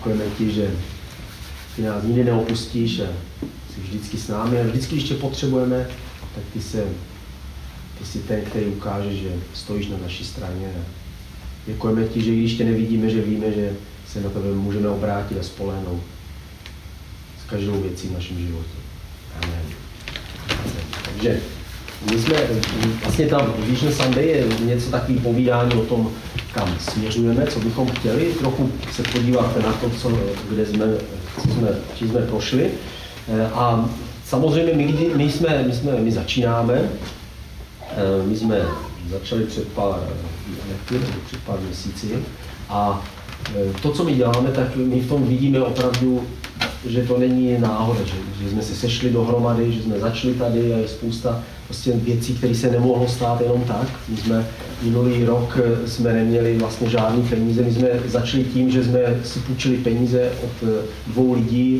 děkujeme ti, že ty nás nikdy neopustíš a jsi vždycky s námi a vždycky, když tě potřebujeme, tak ty jsi ten, který ukáže, že stojíš na naší straně. Děkujeme ti, že když tě nevidíme, že víme, že se na tebe můžeme obrátit a spolehnout s každou věcí v našem životě. Amen. Takže my jsme, vlastně ta Vision Sunday je něco takový povídání o tom, kam směřujeme, co bychom chtěli, trochu se podívat na to, čím jsme prošli. A samozřejmě my začínáme, my jsme začali před pár měsíci a to, co my děláme, tak my v tom vidíme opravdu, že to není náhoda, že jsme se sešli dohromady, že jsme začali tady a je spousta prostě věcí, které se nemohlo stát jenom tak. My jsme minulý rok jsme neměli vlastně žádný peníze, my jsme začali tím, že jsme si půjčili peníze od 2 lidí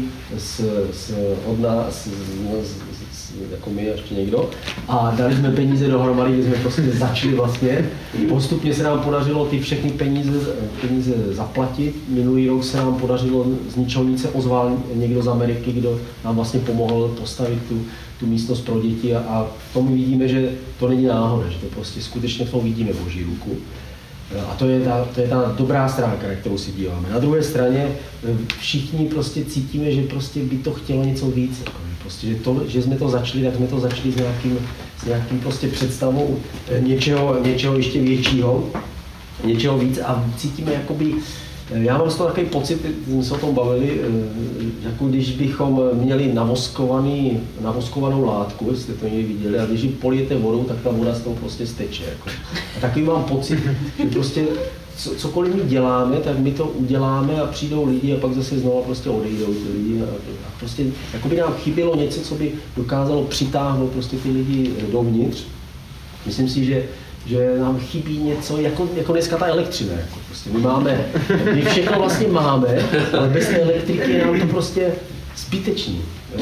od nás, jako my a ještě někdo, a dali jsme peníze dohromady, kdy jsme prostě začali vlastně. Postupně se nám podařilo ty všechny peníze zaplatit. Minulý rok se nám podařilo z ničeho nic se ozval někdo z Ameriky, kdo nám vlastně pomohl postavit tu místnost pro děti a v tom vidíme, že to není náhoda, že to prostě skutečně v tom vidíme Boží ruku. A to je ta dobrá stránka, na kterou si díváme. Na druhé straně všichni prostě cítíme, že prostě by to chtělo něco víc. Prostě, že jsme to začali, tak jsme to začali s nějakým prostě představou něčeho ještě většího, něčeho víc a cítíme jakoby, já mám z toho takový pocit, jsme se o tom bavili, jako když bychom měli navoskovanou látku, jestli jste to někdy viděli, a když ji polijete vodou, tak ta voda z toho prostě steče. Jako. A takový mám pocit, že prostě cokoliv my děláme, tak my to uděláme a přijdou lidi a pak zase znovu prostě odejdou ty lidi. A prostě jako by nám chybělo něco, co by dokázalo přitáhnout prostě ty lidi dovnitř. Myslím si, že nám chybí něco, jako dneska ta elektřina. Jako prostě my všechno vlastně máme, ale bez té elektriky je nám to prostě zbytečný.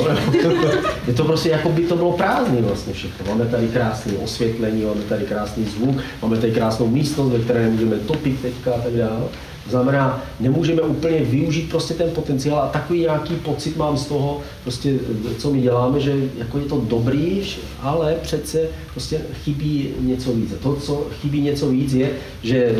Je to prostě, jako by to bylo prázdný vlastně všechno. Máme tady krásné osvětlení, máme tady krásný zvuk, máme tady krásnou místnost, ve které můžeme topit teďka a tak dále. To znamená, nemůžeme úplně využít prostě ten potenciál a takový nějaký pocit mám z toho, prostě, co my děláme, že jako je to dobrý, ale přece prostě chybí něco víc. A to, co chybí něco víc, je, že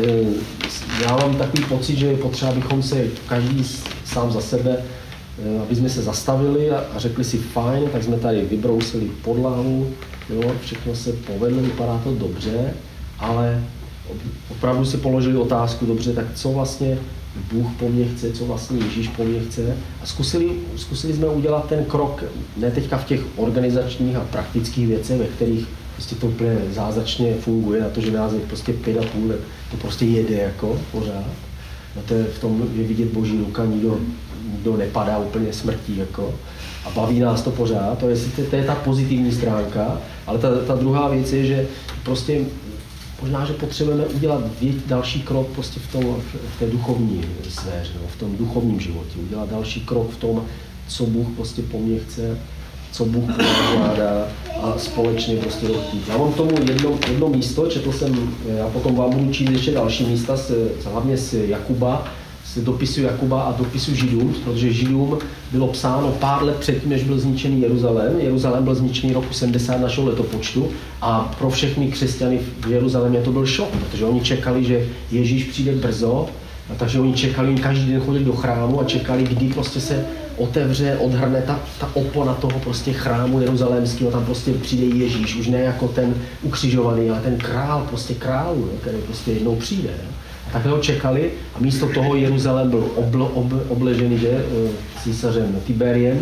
já mám takový pocit, že je potřeba, abychom se každý sám za sebe, aby jsme se zastavili a řekli si fajn, tak jsme tady vybrousili podlahu, jo, všechno se povedlo, vypadá to dobře, ale opravdu si položili otázku, dobře, tak co vlastně Bůh po mně chce, co vlastně Ježíš po mně chce a zkusili jsme udělat ten krok, ne teďka v těch organizačních a praktických věcech, ve kterých prostě to úplně zázračně funguje, na to, že nás je prostě 5,5, to prostě jede jako pořád. No to je v tom je vidět Boží ruka, nikdo nepadá úplně smrtí jako a baví nás to pořád, to je ta pozitivní stránka, ale ta druhá věc je, že prostě možná, že potřebujeme udělat další krok prostě v té duchovní sféře, v tom duchovním životě, udělat další krok v tom, co Bůh prostě po mně chce, co Bůh po mně žádá a společně prostě dochtít. Já mám k tomu jedno místo, četl jsem, já potom vám budu číst ještě další místa, hlavně z Jakuba, z dopisu Jakuba a dopisu Židům, protože Židům bylo psáno pár let předtím, než byl zničený Jeruzalém. Jeruzalém byl zničený roku 70 našeho letopočtu a pro všechny křesťany v Jeruzalémě to byl šok, protože oni čekali, že Ježíš přijde brzo, a takže oni čekali, oni každý den chodili do chrámu a čekali, kdy prostě se otevře, odhrne ta opona toho prostě chrámu jeruzalémského, tam prostě přijde Ježíš, už ne jako ten ukřižovaný, ale ten král, prostě králů, který prostě jednou přijde. Tak ho čekali a místo toho Jeruzalém byl obležený císařem Tiberiem.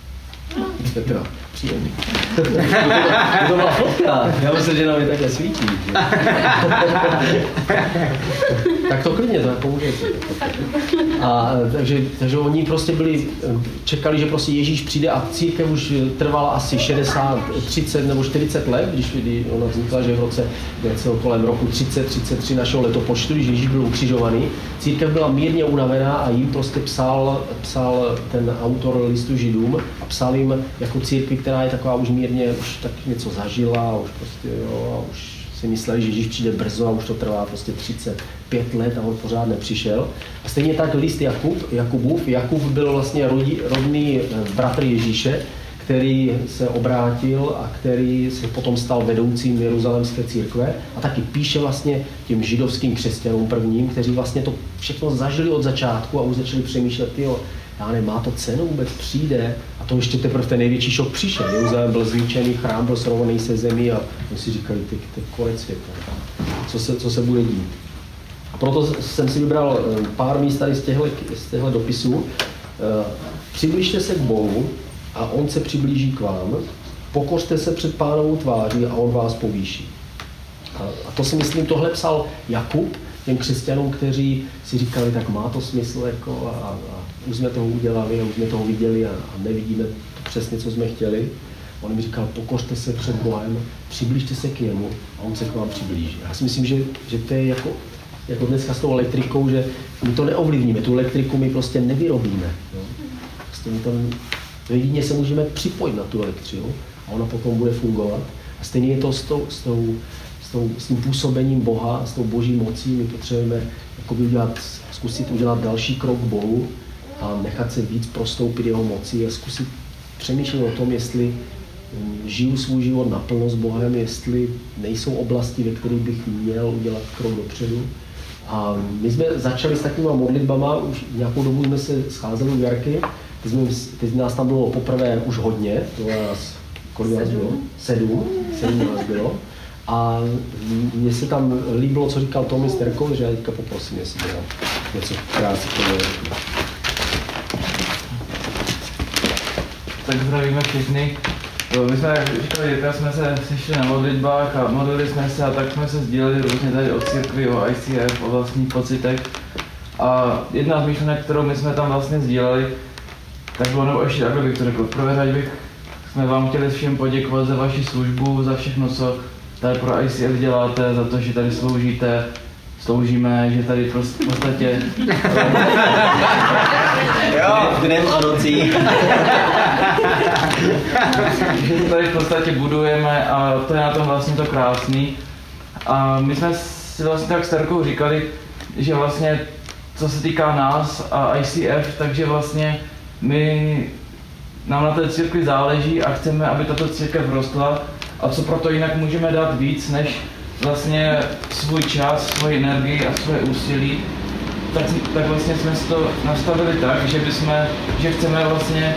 Teda, příjemný. To byla fotka, já myslím, že nám je takhle svítí. Tak to klidně, to pomůžete. A takže oni prostě čekali, že prostě Ježíš přijde a církev už trvala asi 60, 30 nebo 40 let, když ona vznikla, že v roce kolem roku 30-33 našeho letopočtu, když Ježíš byl ukřižovaný. Církev byla mírně unavená a jim prostě psal ten autor listu Židům a psal jim jako církvi, která je taková už mírně, už tak něco zažila, už prostě jo, a už si mysleli, že Ježíš přijde brzo a už to trvá prostě 5 let a on pořád nepřišel. A stejně tak list Jakubův. Jakub byl vlastně rodný bratr Ježíše, který se obrátil a který se potom stal vedoucím Jeruzalémské církve a taky píše vlastně těm židovským křesťanům prvním, kteří vlastně to všechno zažili od začátku a už začali přemýšlet, já nevím, má to cenu, vůbec přijde, a to ještě teprve ten největší šok přišel. Jeruzalém byl zničený, chrám byl srovnaný se zemí a oni si říkali, to je konec světa, co se bude dít. A proto jsem si vybral pár míst tady z těchto dopisů. Přibližte se k Bohu a on se přiblíží k vám, pokořte se před Pánovou tváří a on vás povýší. A to si myslím, tohle psal Jakub těm křesťanům, kteří si říkali, tak má to smysl, jako, a už jsme toho udělali a už jsme toho viděli a nevidíme přesně, co jsme chtěli. On jim říkal, pokořte se před Bohem, přiblížte se k němu a on se k vám přiblíží. Já si myslím, že to je jako dneska s tou elektrikou, že my to neovlivníme, tu elektriku my prostě nevyrobíme. Jo? Prostě my to jedině se můžeme připojit na tu elektřinu a ona potom bude fungovat. A stejně je to s tím působením Boha, s tou boží mocí, my potřebujeme zkusit udělat další krok k Bohu a nechat se víc prostoupit jeho moci a zkusit přemýšlet o tom, jestli žiju svůj život naplno s Bohem, jestli nejsou oblasti, ve kterých bych měl udělat krok dopředu. A my jsme začali s takovýma modlitbama, už nějakou dobu jsme se scházeli u Jarky, teď nás tam bylo poprvé už hodně, to nás, kolik nás bylo? 7 nás bylo. A mně se tam líbilo, co říkal Tomi Sterko, že já teďka poprosím, jestli dělám něco krátce. Tak zdravíme všechny. My jsme říkali, že jsme se sešli na modlitbách a modlili jsme se a tak jsme se sdíleli různě tady o církvi, o ICF, o vlastních pocitech. A jedna z myšlenek, kterou my jsme tam vlastně sdíleli, tak bylo, nebo ještě takhle bych to řekl, prvé jsme vám chtěli všem poděkovat za vaši službu, za všechno, co tady pro ICF děláte, za to, že tady sloužíme, že tady prostě v podstatě... Jo, dnem a nocí. Tady v podstatě budujeme a to je na tom vlastně to krásný. A my jsme si vlastně tak s Terkou říkali, že vlastně co se týká nás a ICF, takže vlastně nám na té církvi záleží a chceme, aby tato církev rostla. A co proto jinak můžeme dát víc, než vlastně svůj čas, svoji energii a svoje úsilí, tak vlastně jsme si to nastavili tak, že chceme vlastně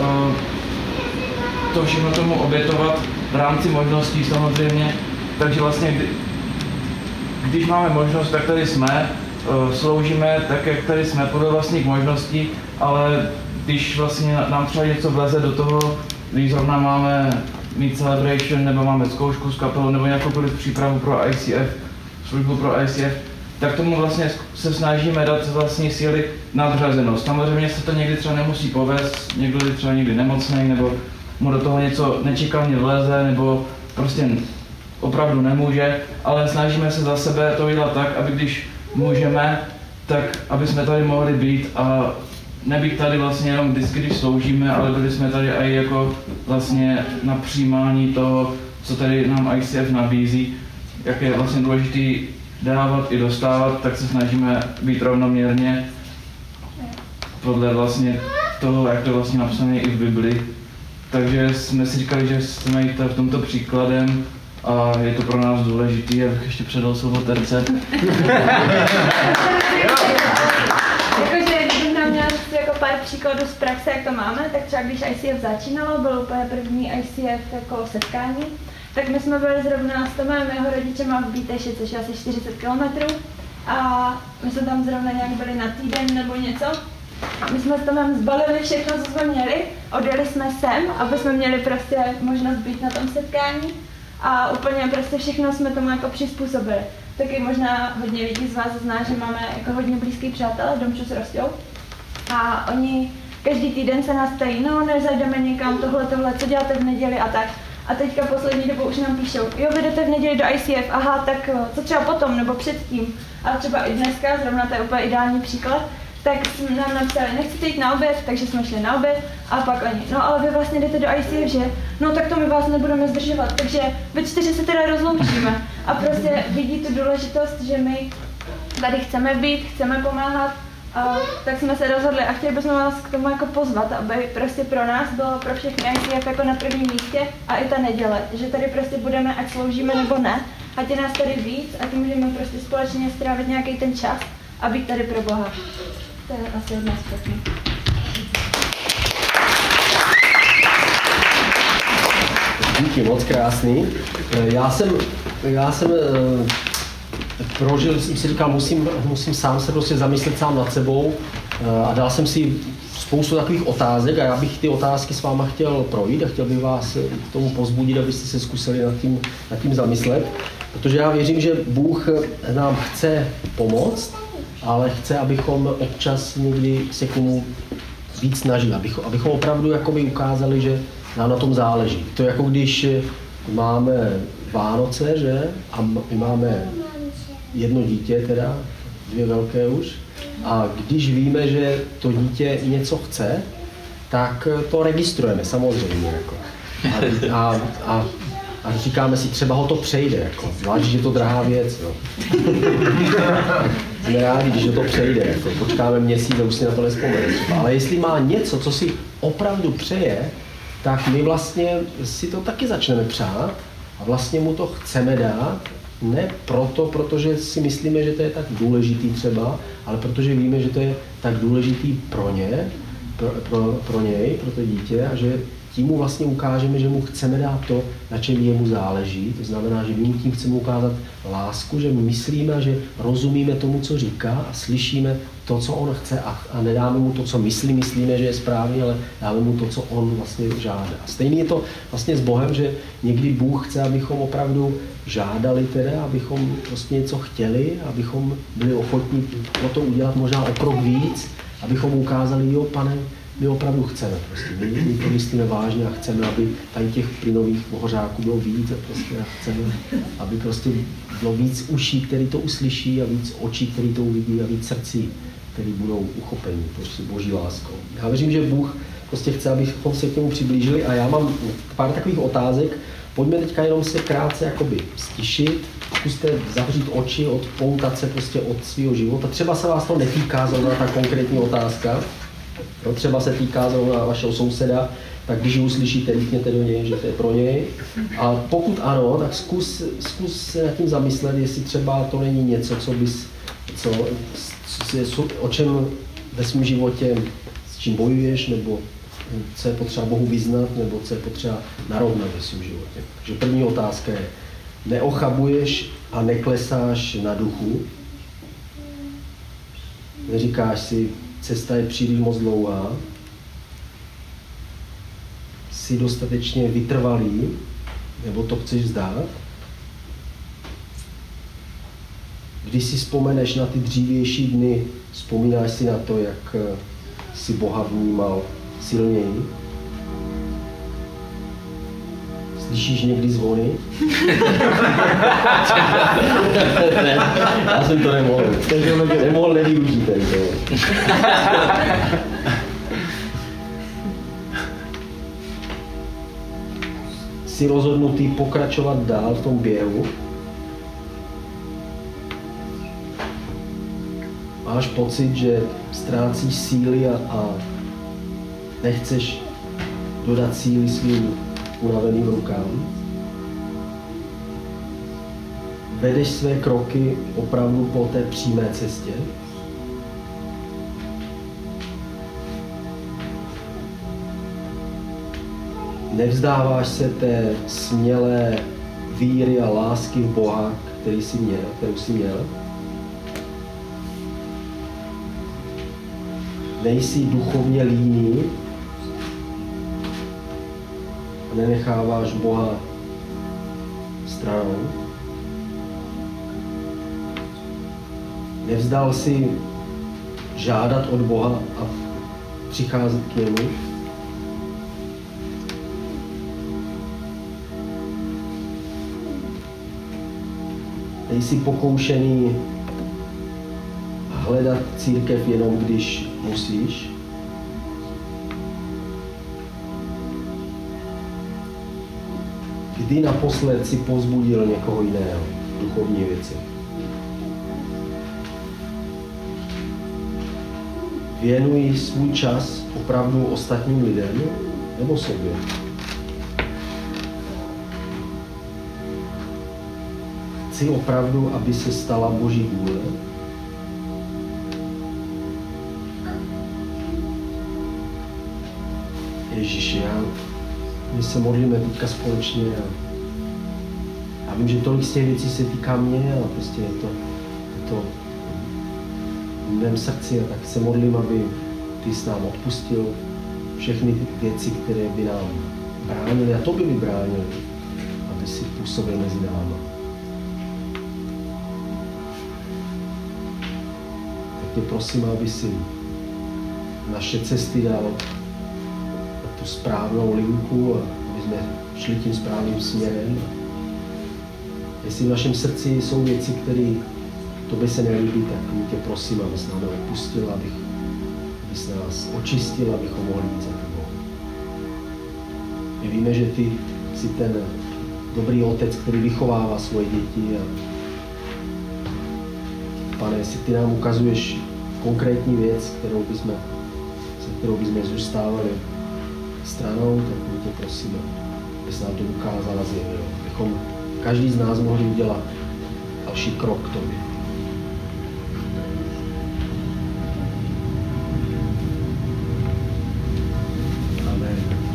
to všechno tomu obětovat v rámci možností samozřejmě. Takže vlastně, když máme možnost, tak tady jsme, sloužíme tak, jak tady jsme, podle vlastních možností, ale když vlastně nám třeba něco vleze do toho, když zrovna máme mít celebration, nebo máme zkoušku s kapelou, nebo nějakoukoliv přípravu pro ICF, službu pro ICF, tak tomu vlastně se snažíme dát vlastní síly nadřazenost. Samozřejmě se to někdy třeba nemusí povést, někdo je třeba někdy nemocný, nebo mu do toho něco nečekaně vleze, nebo prostě opravdu nemůže, ale snažíme se za sebe to udělat tak, aby když můžeme, tak aby jsme tady mohli být a nebýt tady vlastně jenom vždycky, když sloužíme, ale byli jsme tady i jako vlastně na přijímání toho, co tady nám ICF nabízí, jak je vlastně důležitý dávat i dostávat, tak se snažíme být rovnoměrně podle vlastně toho, jak to vlastně napsané i v Bibli. Takže jsme si říkali, že jsme jít v tomto příkladem a je to pro nás důležitý, abych ještě předal slovo Terce. Jako pár příkladů z praxe, jak to máme, tak třeba když ICF začínalo, bylo úplně první ICF jako setkání, tak my jsme byli zrovna s Tomem, jeho rodičema v Bíteši, což je asi 40 km. A my jsme tam zrovna nějak byli na týden nebo něco. A my jsme s Tomem zbalili všechno, co jsme měli, odjeli jsme sem, aby jsme měli prostě možnost být na tom setkání. A úplně prostě všechno jsme tomu jako přizpůsobili. Taky možná hodně lidí z vás zná, že máme jako hodně blízký přátelé, Domču s Rostou. A oni každý týden se nás ptají, no nezajdeme někam, tohle, co děláte v neděli a tak. A teďka poslední dobou už nám píšou, jo, vy jdete v neděli do ICF, aha, tak co třeba potom nebo předtím. A třeba i dneska, zrovna to je úplně ideální příklad, tak nám napsali, nechcete jít na oběd, takže jsme šli na oběd a pak oni, no ale vy vlastně jdete do ICF, že? No tak to my vás nebudeme zdržovat, takže ve 4 se teda rozloučíme. A prostě vidí tu důležitost, že my tady chceme být, chceme pomáhat, tak jsme se rozhodli a chtěli bychom vás k tomu jako pozvat, aby prostě pro nás bylo pro všechny ICF jako na prvním místě a i ta neděle, že tady prostě budeme, ať sloužíme nebo ne, ať je nás tady víc a tím můžeme prostě společně strávit nějaký ten čas a být tady pro Boha. To je asi jedna z těch. Díky, moc krásný. Já jsem prožil, jsem si říkal, musím sám se prostě zamyslet sám nad sebou a dal jsem si spoustu takových otázek a já bych ty otázky s váma chtěl projít a chtěl bych vás k tomu povzbudit, abyste se zkusili nad tím zamyslet, protože já věřím, že Bůh nám chce pomoct, ale chce, abychom občas někdy se k tomu víc snažili, abychom opravdu jakoby ukázali, že nám na tom záleží. To je jako když máme Vánoce, že? A my máme jedno dítě teda, 2 velké už. A když víme, že to dítě něco chce, tak to registrujeme samozřejmě. Jako. A říkáme si, třeba ho to přejde, jako. Zvlášť, že je to drahá věc. No. Jsme rádi, když to přejde. Jako. Počkáme měsíc a už si na to nevzpomene. Ale jestli má něco, co si opravdu přeje, tak my vlastně si to taky začneme přát a vlastně mu to chceme dát, ne protože si myslíme, že to je tak důležitý třeba, ale protože víme, že to je tak důležitý pro něj, pro to dítě a že tím mu vlastně ukážeme, že mu chceme dát to, na čem jemu záleží. To znamená, že my mu tím chceme ukázat lásku, že myslíme, že rozumíme tomu, co říká a slyšíme to, co on chce a nedáme mu to, co myslíme, že je správně, ale dáme mu to, co on vlastně žádá. A stejně je to vlastně s Bohem, že někdy Bůh chce, abychom opravdu žádali teda, abychom prostě něco chtěli, abychom byli ochotní pro to udělat možná o krok víc, abychom ukázali, jo, Pane, my opravdu chceme prostě, my to myslíme vážně a chceme, aby tady těch plynových hořáků bylo víc a prostě chceme, aby prostě bylo víc uší, který to uslyší a víc očí, který to uvidí a víc srdcí, který budou uchopení prostě Boží láskou. Já věřím, že Bůh prostě chce, abychom se k němu přiblížili a já mám pár takových otázek. Pojďme teďka jenom se krátce jakoby stišit, zkuste zavřít oči, odpoutat se prostě od svého života. Třeba se vás to netýká zrovna ta konkrétní otázka, no, třeba se týká zrovna vašeho souseda, tak když ji uslyšíte, rýpněte do něj, že to je pro něj. A pokud ano, tak zkus se nad tím zamyslet, jestli třeba to není něco, o čem ve svém životě, s čím bojuješ, nebo co je potřeba Bohu vyznat, nebo co je potřeba narovnat ve svém životě. Takže první otázka je, neochabuješ a neklesáš na duchu? Neříkáš si, cesta je příliš moc dlouhá? Jsi dostatečně vytrvalý, nebo to chceš vzdát? Když si vzpomeneš na ty dřívější dny, vzpomínáš si na to, jak si Boha vnímal silněji? Slyšíš někdy zvony? Ne, já jsem to nemohl nevyužít ten zvon. Jsi rozhodnutý pokračovat dál v tom běhu? Máš pocit, že ztrácíš síly a nechceš dodat síly svým unaveným rukám? Vedeš své kroky opravdu po té přímé cestě? Nevzdáváš se té smělé víry a lásky v Boha, kterou jsi měl? Nejsi duchovně líný a nenecháváš Boha stranou? Nevzdal si žádat od Boha a přicházet k němu? Nejsi pokoušený hledat církev jenom, když musíš? Kdy naposled si povzbudil někoho jiného v duchovní věci? věnuji svůj čas opravdu ostatním lidem nebo sobě. Chci opravdu, aby se stala Boží vůle. Ježíši, my se modlíme teďka společně a vím, že tolik z těch věcí se týká mě a prostě je to v mém srdci a tak se modlím, aby ty s nám odpustil všechny ty věci, které by nám bránily a to by bránily, aby si působil mezi náma. Tak tě prosím, aby si naše cesty dal tu správnou linku a aby jsme šli tím správným směrem. Jestli v našem srdci jsou věci, které tobě se nelíbí, tak my tě prosím, abys nám odpustil, abys nás očistil, abychom mohli jít za tebou. My víme, že ty jsi ten dobrý otec, který vychovává svoje děti a Pane, jestli ty nám ukazuješ konkrétní věc, se kterou bychom zůstávali stranou, tak my tě prosíme, abys nám to ukázal a zjevil, abychom každý z nás mohli udělat další krok k tobě. Amen.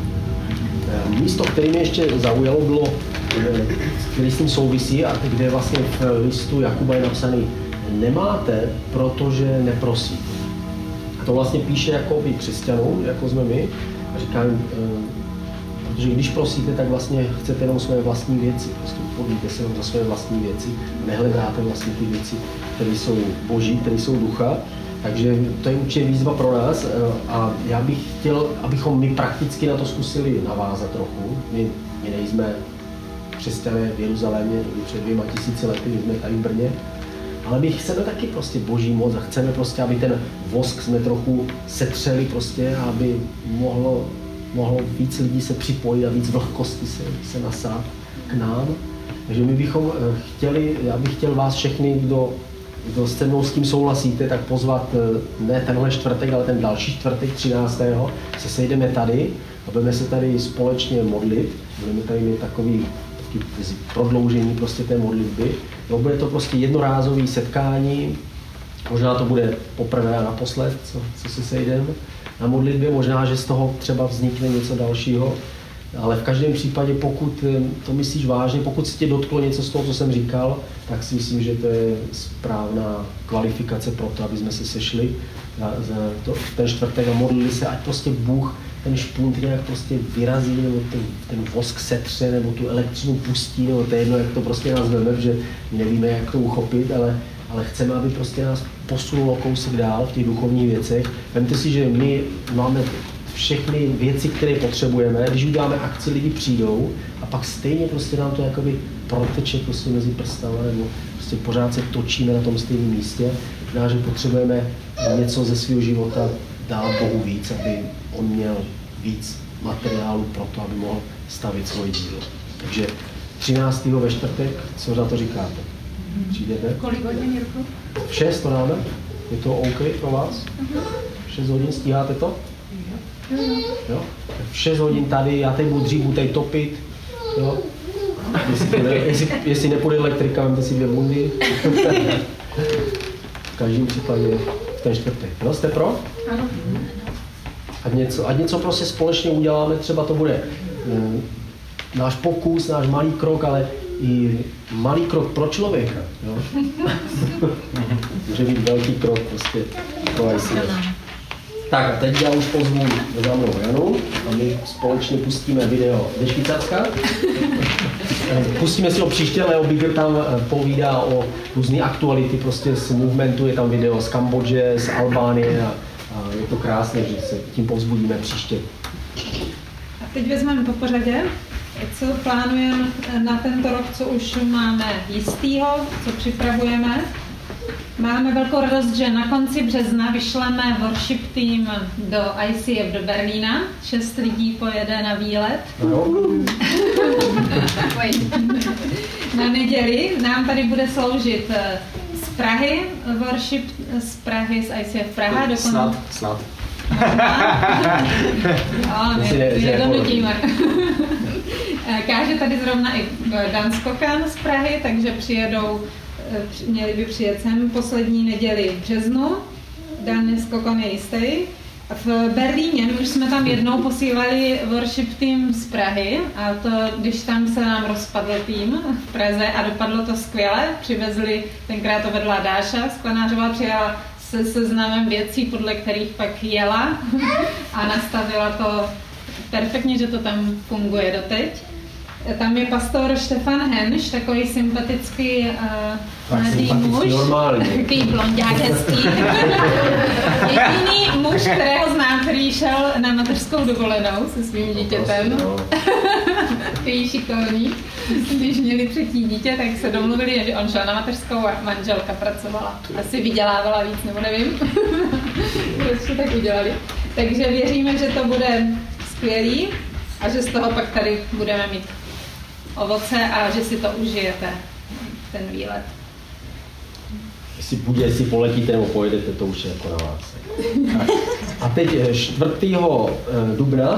Místo, které mě ještě zaujalo, bylo, který s tím souvisí a kde vlastně v listu Jakuba je napsaný nemáte, protože neprosíte. A to vlastně píše jako by křesťanům, jako jsme my, a říká, protože když prosíte, tak vlastně chcete jenom svoje vlastní věci, prostě podlíte se jenom za svoje vlastní věci, nehledáte vlastně ty věci, které jsou boží, které jsou ducha, takže to je určitě výzva pro nás a já bych chtěl, abychom my prakticky na to zkusili navázat trochu. My nejsme křesťané v Jeruzalémě před 2000 lety, my jsme tady v Brně, ale my chceme taky prostě boží moc a chceme prostě, aby ten vosk jsme trochu setřeli prostě, aby mohlo víc lidí se připojit a víc vlhkosti se nasát k nám. Takže my bychom chtěli, já bych chtěl vás všechny, kdo se mnou s tím souhlasíte, tak pozvat ne tenhle čtvrtek, ale ten další čtvrtek 13. se sejdeme tady a budeme se tady společně modlit. Budeme tady mít takový prodloužení prostě té modlitby. No, bude to prostě jednorázové setkání, možná to bude poprvé a naposled, co se sejdeme na modlitbě, možná, že z toho třeba vznikne něco dalšího, ale v každém případě, pokud to myslíš vážně, pokud si tě dotklo něco z toho, co jsem říkal, tak si myslím, že to je správná kvalifikace pro to, aby jsme se sešli v ten čtvrtek a modlili se, ať prostě Bůh ten špunt nějak prostě vyrazí, nebo ten vosk setře, nebo tu elektřinu pustí, nebo to je jedno, jak to prostě nazveme, protože nevíme, jak to uchopit, ale chceme, aby prostě nás posunulo kousek dál v těch duchovních věcech. Vemte si, že my máme všechny věci, které potřebujeme, když uděláme akci, lidi přijdou a pak stejně prostě nám to jakoby proteče prostě mezi prstama, nebo prostě pořád se točíme na tom stejném místě. Znamená, že potřebujeme něco ze svého života dát Bohu víc, aby on měl víc materiálu pro to, aby mohl stavit svoje dílo. Takže 13. ve čtvrtek, co na to říkáte? Přijdete? Kolik hodin, Jirku? V 6 to dáme? Je to OK pro vás? 6 hodin, stíháte to? Jo? V 6 hodin tady, já teď budu dřív tady topit. Jo? Jestli nepůjde elektrika, vemte si 2 bundy. V každém případě v ten čtvrtek. No, jste pro? Ano. Ať něco prostě společně uděláme, třeba to bude náš pokus, náš malý krok, ale i malý krok pro člověka. Jo? Může být velký krok prostě pro ICF. Tak a teď já už pozvu za mnou Janu a my společně pustíme video ze Švýcarska. Pustíme si ho příště, Leo Bigger tam povídá o různé aktuality prostě z movementu, je tam video z Kambodže, z Albánie a je to krásné, že se tím povzbudíme příště. A teď vezmeme po pořadě, co plánujeme na tento rok, co už máme jistýho, co připravujeme. Máme velkou radost, že na konci března vyšleme worship team do ICF do Berlína. 6 lidí pojede na výlet. Na neděli nám tady bude sloužit Prahy, worship z Prahy, z ICF Praha. Snad. Je donutíme. Káže tady zrovna i Dan Skokan z Prahy, takže měli by přijet sem poslední neděli v březnu. Dan Skokan je jistý. V Berlíně, my už jsme tam jednou posílali worship tým z Prahy a to, když tam se nám rozpadl tým v Praze a dopadlo to skvěle, přivezli, tenkrát to vedla Dáša Sklenářová, přijela se seznamem věcí, podle kterých pak jela a nastavila to perfektně, že to tam funguje doteď. Tam je pastor Štefan Henš, takový sympatický mladý muž, takový blonďák hezký. Jediný muž, kterého znám, který šel na mateřskou dovolenou se svým dítětem. Takový šikovný. Když měli třetí dítě, tak se domluvili, že on šel na mateřskou a manželka pracovala. Asi vydělávala víc, nebo nevím. Proč to tak udělali. Takže věříme, že to bude skvělý a že z toho pak tady budeme mít ovoce a že si to užijete, ten výlet. Jestli poletíte nebo pojedete, to už je jako na vás. A teď 4. dubna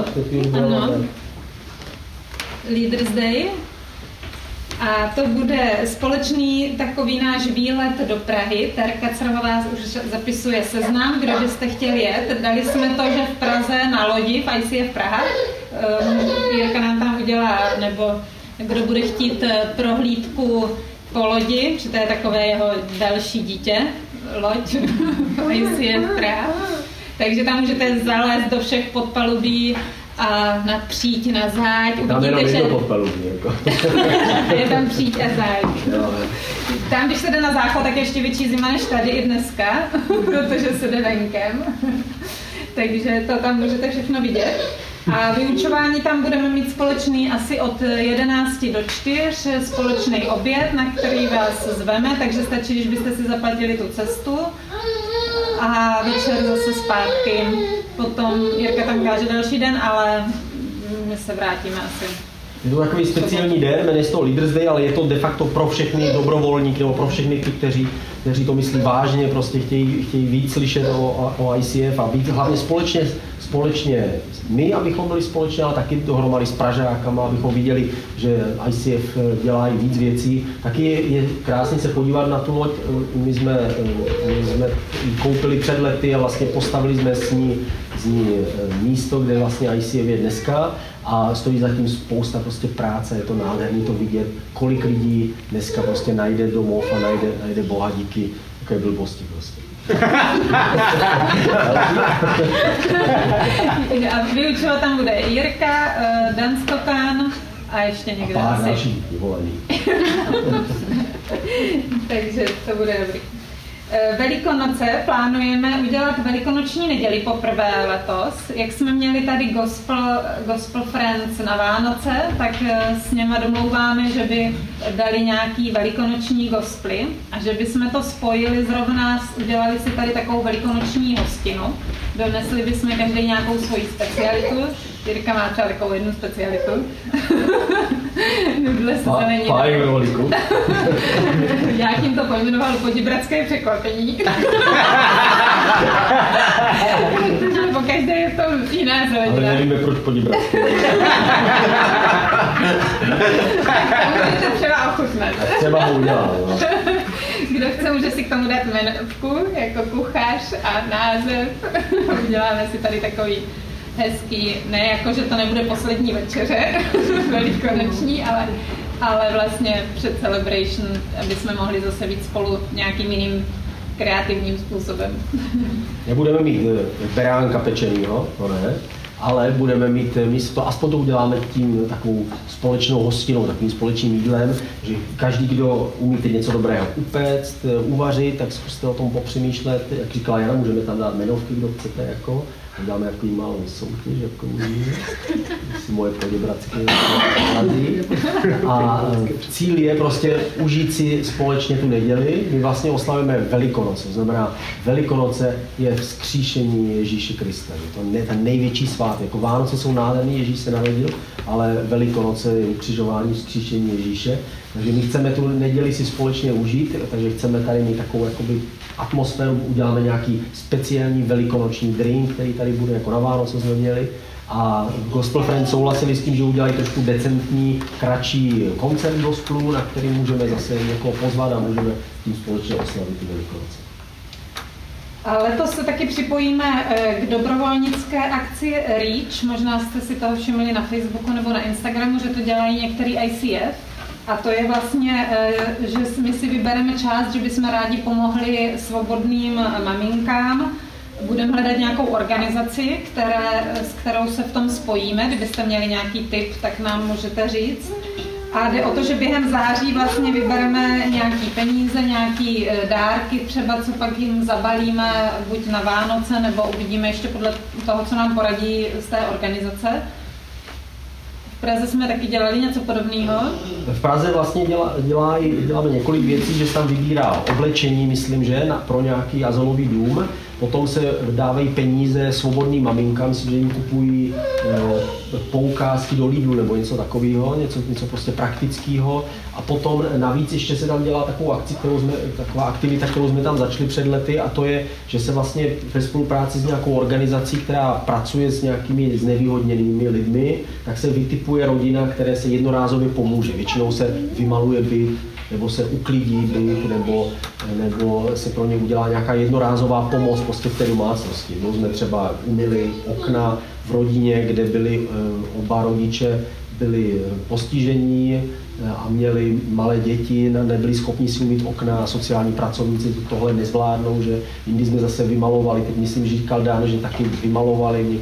Leaders Day. A to bude společný takový náš výlet do Prahy. Terka Crhová už zapisuje seznam, kdo byste chtěli jet. Dali jsme to, že v Praze na lodi v ICF Praha. Jirka nám tam udělá, nebo kdo bude chtít prohlídku po lodi, že to je takové jeho další dítě, loď ICF Praha. Takže tam můžete zalézt do všech podpalubí a napřít na záď. Tam jenom jedno podpalubí. Jako. Je tam přijít a záď. Tam, když se jde na záchod, tak ještě větší zima než tady i dneska, protože se jde venkem. Takže to tam můžete všechno vidět. A vyučování tam budeme mít společný asi od 11 do 4, společný oběd, na který vás zveme, takže stačí, když byste si zaplatili tu cestu a večer zase zpátky. Potom Jirka tam káže další den, ale my se vrátíme asi. Je to takový speciální den, jmenuje se to Leaders Day, ale je to de facto pro všechny dobrovolníky nebo pro všechny ty, kteří to myslí vážně, prostě chtějí víc slyšet o ICF a být hlavně společně my, abychom byli společně, ale taky dohromady s Pražákama, abychom viděli, že ICF dělá i víc věcí. Taky je krásně se podívat na tu loď. My jsme ji koupili před lety a vlastně postavili jsme z ní místo, kde vlastně ICF je dneska a stojí zatím spousta prostě práce, je to nádherný to vidět, kolik lidí dneska prostě najde domov a najde Boha díky takové blbosti prostě. A vyučovat tam bude Jirka, Dan Skokan a ještě někdo asi. A pár další vyvolaný. Takže to bude dobrý. Velikonoce plánujeme udělat velikonoční neděli poprvé letos. Jak jsme měli tady Gospel Friends na Vánoce, tak s něma domlouváme, že by dali nějaký velikonoční gospely a že bychom to spojili zrovna, udělali si tady takovou velikonoční hostinu. Donesli bychom každý nějakou svoji specialitu. Jirka má třeba takovou jednu specialitu. Nudle se zelenina. Páj rolíku. Já tím to pojmenoval podibratské překvapení. Pokaždé je to jiná zelenina. Ale nevíme, proč podibratské. Tak můžete třeba ochutnat. Třeba ho udělá, no. Kdo chce, může si k tomu dát jmenovku, jako kuchař a název. Uděláme si tady takový hezký, ne jako, že to nebude poslední večeře velikonoční, ale vlastně před celebration, aby jsme mohli zase být spolu nějakým jiným kreativním způsobem. Nebudeme mít beránka pečenýho, to ne, ale budeme mít místo, aspoň to uděláme tím takovou společnou hostinou, takovým společným jídlem, že každý, kdo umíte něco dobrého upéct, uvařit, tak zkuste o tom popřemýšlet, jak říkala Jana, můžeme tam dát jmenovky, kdo chcete, jako. Dáme takový malý soutěž, jako si moje poděbratské a cíl je prostě užít si společně tu neděli. My vlastně oslavujeme Velikonoce, to znamená Velikonoce je vzkříšení Ježíše Krista. Je to ten největší svátek. Jako Vánoce jsou nádherný, Ježíš se narodil, ale Velikonoce je ukřižování, vzkříšení Ježíše. Takže my chceme tu neděli si společně užít, takže chceme tady mít takovou jakoby atmosféru, uděláme nějaký speciální velikonoční drink, který tady bude jako na Vánoce jsme měli. A Gospel Friends souhlasili s tím, že udělají trošku decentní, kratší koncert gospelu, na který můžeme zase někoho pozvat a můžeme tím společně oslavit ty Velikonoce. A letos se taky připojíme k dobrovolnické akci REACH. Možná jste si toho všimli na Facebooku nebo na Instagramu, že to dělají některý ICF. A to je vlastně, že my si vybereme část, že bychom rádi pomohli svobodným maminkám. Budeme hledat nějakou organizaci, s kterou se v tom spojíme. Kdybyste měli nějaký tip, tak nám můžete říct. A jde o to, že během září vlastně vybereme nějaký peníze, nějaký dárky třeba, co pak jim zabalíme buď na Vánoce, nebo uvidíme ještě podle toho, co nám poradí z té organizace. V Praze jsme taky dělali něco podobného. V Praze vlastně děláme několik věcí, že se tam vybírá oblečení, myslím, že pro nějaký azylový dům. Potom se dávají peníze svobodným maminkám, myslím, že jim kupují poukázky do Lidlu nebo něco takového, něco prostě praktického. A potom navíc ještě se tam dělá taková aktivita, kterou jsme tam začali před lety, a to je, že se vlastně ve spolupráci s nějakou organizací, která pracuje s nějakými znevýhodněnými lidmi, tak se vytipuje rodina, které se jednorázově pomůže. Většinou se vymaluje byt, nebo se uklidí byt, nebo se pro ně udělá nějaká jednorázová pomoc prostě v té domácnosti. Jednou jsme třeba umyli okna v rodině, kde byli oba rodiče byli postižení a měli malé děti, nebyli schopni si umýt okna a sociální pracovníci tohle nezvládnou, že jindy jsme zase vymalovali, teď myslím, že říkal Dan, že taky vymalovali v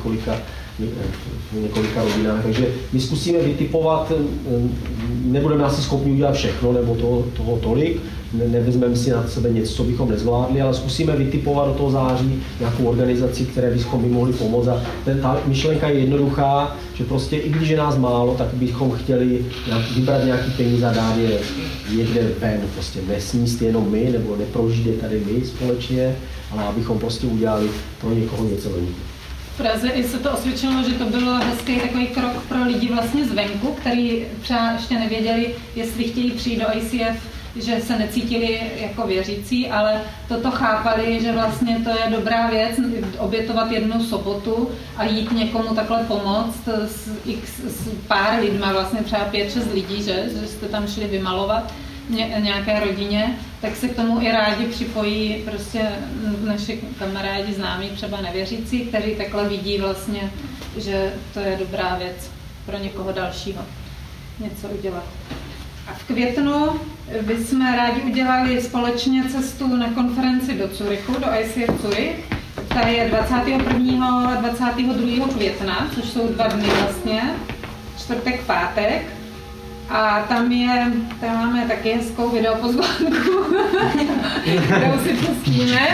několika rodinách, takže my zkusíme vytipovat, nebudeme asi schopni udělat všechno, nebo toho tolik, nevezmeme si na sebe něco, co bychom nezvládli, ale zkusíme vytipovat do toho září nějakou organizaci, které bychom by mohli pomoct. A ta myšlenka je jednoduchá, že prostě i když je nás málo, tak bychom chtěli vybrat nějaký peníze a dát je někde ven, prostě nesníst jenom my, nebo neprožít je tady my společně, ale abychom prostě udělali pro někoho něco venku. V Praze se to osvědčilo, že to byl hezký takový krok pro lidi vlastně zvenku, kteří třeba ještě nevěděli, jestli chtějí přijít do ICF, že se necítili jako věřící, ale toto chápali, že vlastně to je dobrá věc, obětovat jednu sobotu a jít někomu takhle pomoct s pár lidma, vlastně třeba 5-6 lidí, že jste tam šli vymalovat nějaké rodině, tak se k tomu i rádi připojí prostě naši kamarádi, známí, třeba nevěřící, kteří takhle vidí vlastně, že to je dobrá věc pro někoho dalšího něco udělat. A v květnu bychom rádi udělali společně cestu na konferenci do Curychu, do ICF Zurich. Ta je 21. a 22. května, což jsou 2 dny vlastně, čtvrtek, pátek. A tam máme taky hezkou videopozvánku, kterou si pustíme.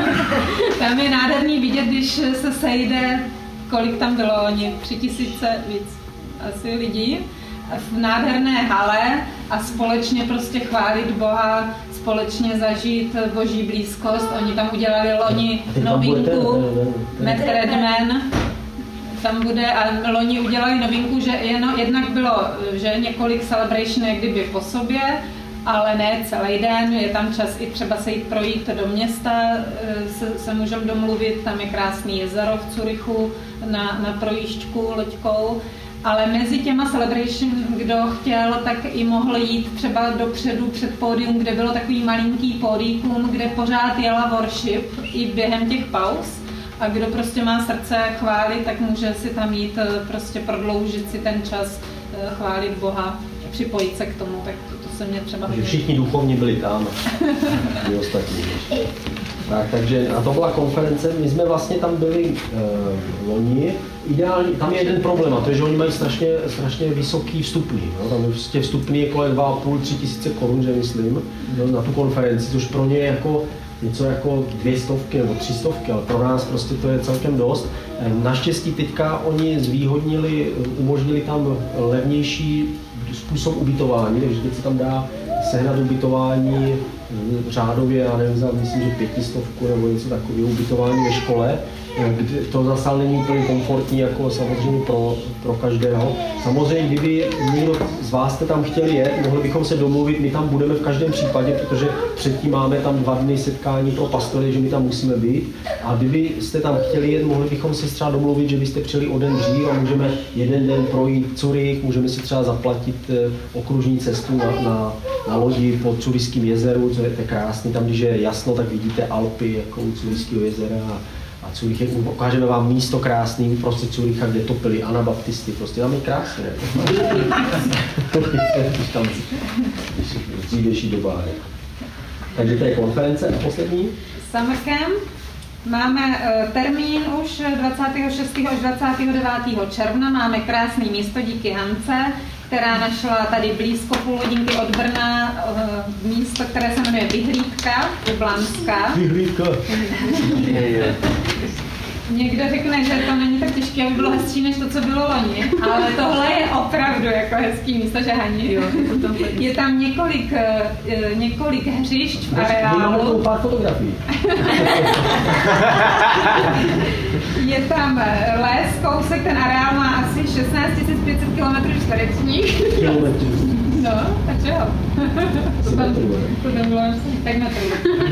Tam je nádherný vidět, když se sejde, kolik tam bylo, oni 3000 víc asi lidí, v nádherné hale a společně prostě chválit Boha, společně zažít Boží blízkost. Oni tam udělali loni novinku, Matt Redman. Tam bude, a loni udělali novinku, že jednak bylo, že několik celebration je kdyby po sobě, ale ne celý den, je tam čas i třeba se jít projít do města, se můžeme domluvit, tam je krásný jezero v Curychu na projížďku loďkou, ale mezi těma celebration, kdo chtěl, tak i mohl jít třeba dopředu před pódium, kde bylo takový malinký pódium, kde pořád jela worship i během těch pauz. A kdo prostě má srdce chválit, tak může si tam jít, prostě prodloužit si ten čas, chválit Boha, připojit se k tomu, tak to se mě třeba hodně. Všichni duchovní byli tam, my ostatní. Takže a to byla konference, my jsme vlastně tam byli loni. Ideálně, tam je jeden problém, a to je, že oni mají strašně vysoký vstupný. No? Tam je prostě vstupný je kolem 2,5–3 tisíce korun, že myslím, na tu konferenci, což pro ně je jako něco jako 200 nebo 300, ale pro nás prostě to je celkem dost. Naštěstí teďka oni umožnili tam levnější způsob ubytování, takže teď se tam dá sehnat ubytování řádově, já nevím, myslím, že 500 nebo něco takového ubytování ve škole. To zase není úplně komfortní, jako samozřejmě pro každého. Samozřejmě, kdyby někdo z vás jste tam chtěli jet, mohli bychom se domluvit, my tam budeme v každém případě, protože předtím máme tam 2 dny setkání pro pastory, že my tam musíme být. A kdyby jste tam chtěli jet, mohli bychom se třeba domluvit, že byste přijeli o den dřív a můžeme jeden den projít Zurich, můžeme si třeba zaplatit okružní cestu na lodi po Zurichském jezeru, co je krásný, tam když je jasno, tak vidíte Alpy jako u Zurichského jezera. A Zurich ukážeme vám místo krásný prostě Zuricha, kde topili anabaptisty, prostě tam je krásné. Tam v dřívější dobách. Takže to je konference a poslední. Summer Camp. Máme termín už 26. až 29. června. Máme krásné místo díky Hance, která našla tady blízko půl hodinky od Brna místo, které se jmenuje Vyhlídka, Jablanská. Vyhlídka. Někdo řekne, že to není tak těžké, aby bylo hezčí než to, co bylo loni, ale tohle je opravdu jako hezký místo, že Hani. Je tam několik hřišť v areálu. Máme pár fotografií. Je tam les, kousek, ten areál má asi 16 500 km². No, takže jo. To tam bylo tak metrů.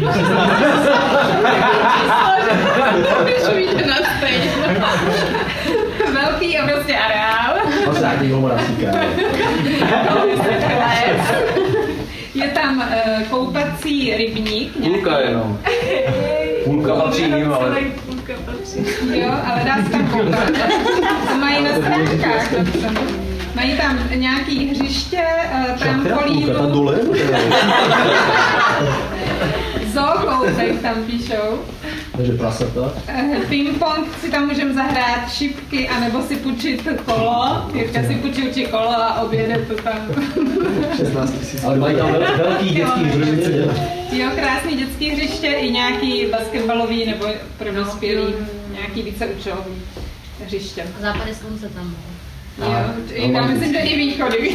Vyšujíte na stejně. Velký obrovský areál. Je tam koupací rybník. Půlka jenom. Půlka patří jim, ale... Jo, ale dá se tam koupat. To mají na stránkách. Mají tam nějaký hřiště, trampolínu. Tam dole? Zookoutek tam píšou. Takže prasata. Ping-pong si tam můžeme zahrát, šipky, anebo si půjčit kolo. Jirka si půjčí kolo a objede to tam. 16 000. Ale mají tam velký dětský hřiště. Jo, krásný dětský hřiště i nějaký basketbalový nebo pro dospělý, nějaký víceúčelový hřiště. Západy slunce tam. Jo, já myslím, že i východy.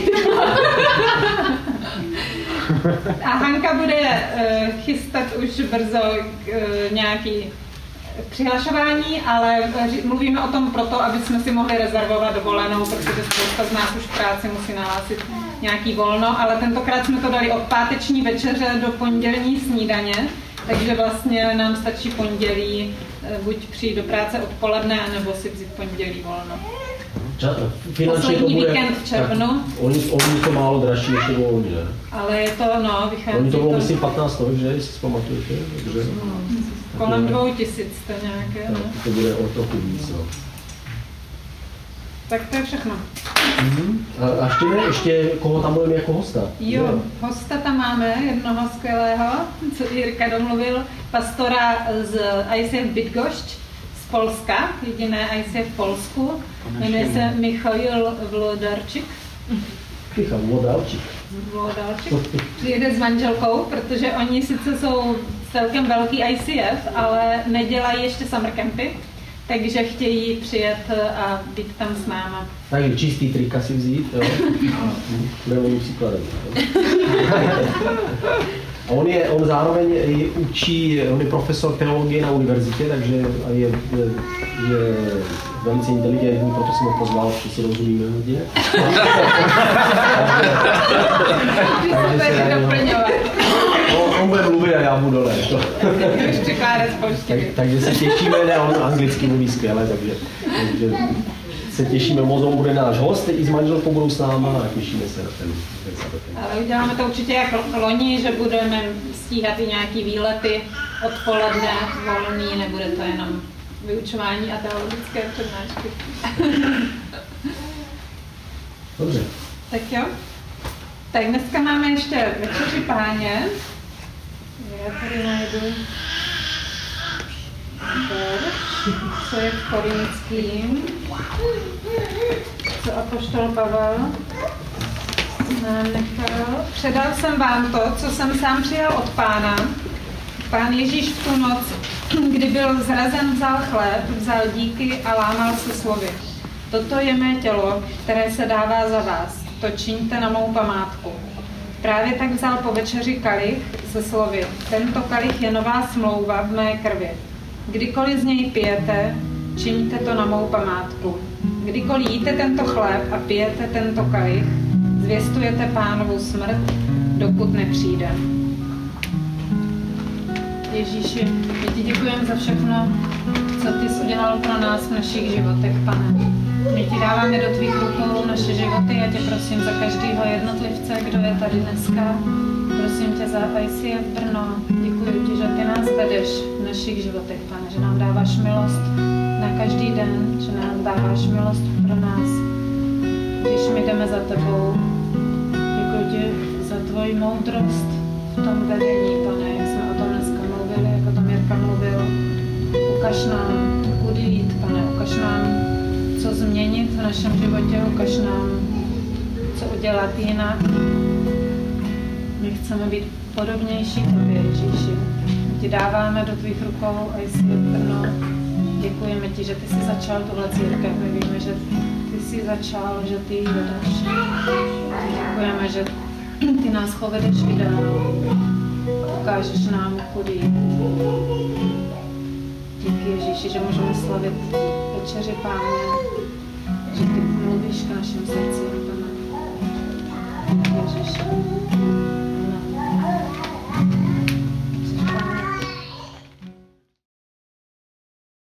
A Hanka bude chystat už brzo nějaký přihlašování, ale mluvíme o tom proto, aby jsme si mohli rezervovat dovolenou, protože spousta z nás už v práci musí nahlásit nějaký volno, ale tentokrát jsme to dali od páteční večeře do pondělní snídaně, takže vlastně nám stačí pondělí buď přijít do práce odpoledne, nebo si vzít pondělí volno. Poslední víkend v červnu. Oni to málo dražší, než to bylo oni, ne? Ale je to, no, vychází oni to bylo, myslím, 15 let, že? Jestli si pamatujete, dobře. Kolem 2000 to nějaké, no. To bude o trochu víc, no. Tak to je všechno. A ještě koho tam budeme jako hosta? Jo, hosta tam máme, jednoho skvělého, co Jirka domluvil, pastora z ICF Bydgošť z Polska, jediné ICF v Polsku, jmenuje se Michail Vlodarčík. Michal Vlodarčík. Přijede s manželkou, protože oni sice jsou celkem velký ICF, ale nedělají ještě summer campy, takže chtějí přijet a být tam s náma. Takže čistý trika si vzít, jo? Budeme mít příkladem. A on zároveň učí, on je profesor teologie na univerzitě, takže je velice inteligentní, proto jsem ho pozval, že si rozumíme hodně. On bude mluvit a já budu dole. Takže se těšíme, ne, on anglicky mluví skvěle, takže se těšíme moc, on bude náš host, teď i s manželkou budou s náma a těšíme se na ten sabbath. Ale uděláme to určitě jako loni, že budeme stíhat i nějaký výlety odpoledne volný, nebude to jenom vyučování a teologické přednášky. Dobře. Tak jo. Tak dneska máme ještě večeři Páně. Já tady najdu, co je v Korinským, co apoštol Pavel nám nechal. Předal jsem vám to, co jsem sám přijal od Pána. Pán Ježíš v tu noc kdy byl zrazen, vzal chléb, vzal díky a lámal se slovy. Toto je mé tělo, které se dává za vás. To čiňte na mou památku. Právě tak vzal po večeři kalich se slovy. Tento kalich je nová smlouva v mé krvi. Kdykoliv z něj pijete, čiňte to na mou památku. Kdykoliv jíte tento chléb a pijete tento kalich, zvěstujete Pánovu smrt, dokud nepřijde. Ježíši, my ti děkujeme za všechno, co ty jsi udělal pro nás v našich životech, Pane. My ti dáváme do tvých rukou naše životy. Já tě prosím za každého jednotlivce, kdo je tady dneska. Prosím tě za ICF Brno. Děkuji ti, že ty nás vedeš v našich životech, Pane, že nám dáváš milost na každý den, že nám dáváš milost pro nás, když my jdeme za tebou. Děkuji ti za tvoji moudrost v tom vedení, Pane, jak jsme o tom dneska mluvili, jak o tom Jirka mluvil. Ukaž nám, kudy jít, Pane, ukaž nám, co změnit v našem životě, ukaž nám, co udělat jinak. My chceme být podobnější tobě, Ježíši. My ti dáváme do tvých rukou a jsi Brno. Děkujeme ti, že ty jsi začal tuhle církev. My víme, že ty jsi začal, že ty ji vedeš. Děkujeme, že ty nás povedeš i dál. Ukážeš nám, kudy jít. Díky Ježíši, že můžeme slavit večeři Páně, že ty mluvíš k našim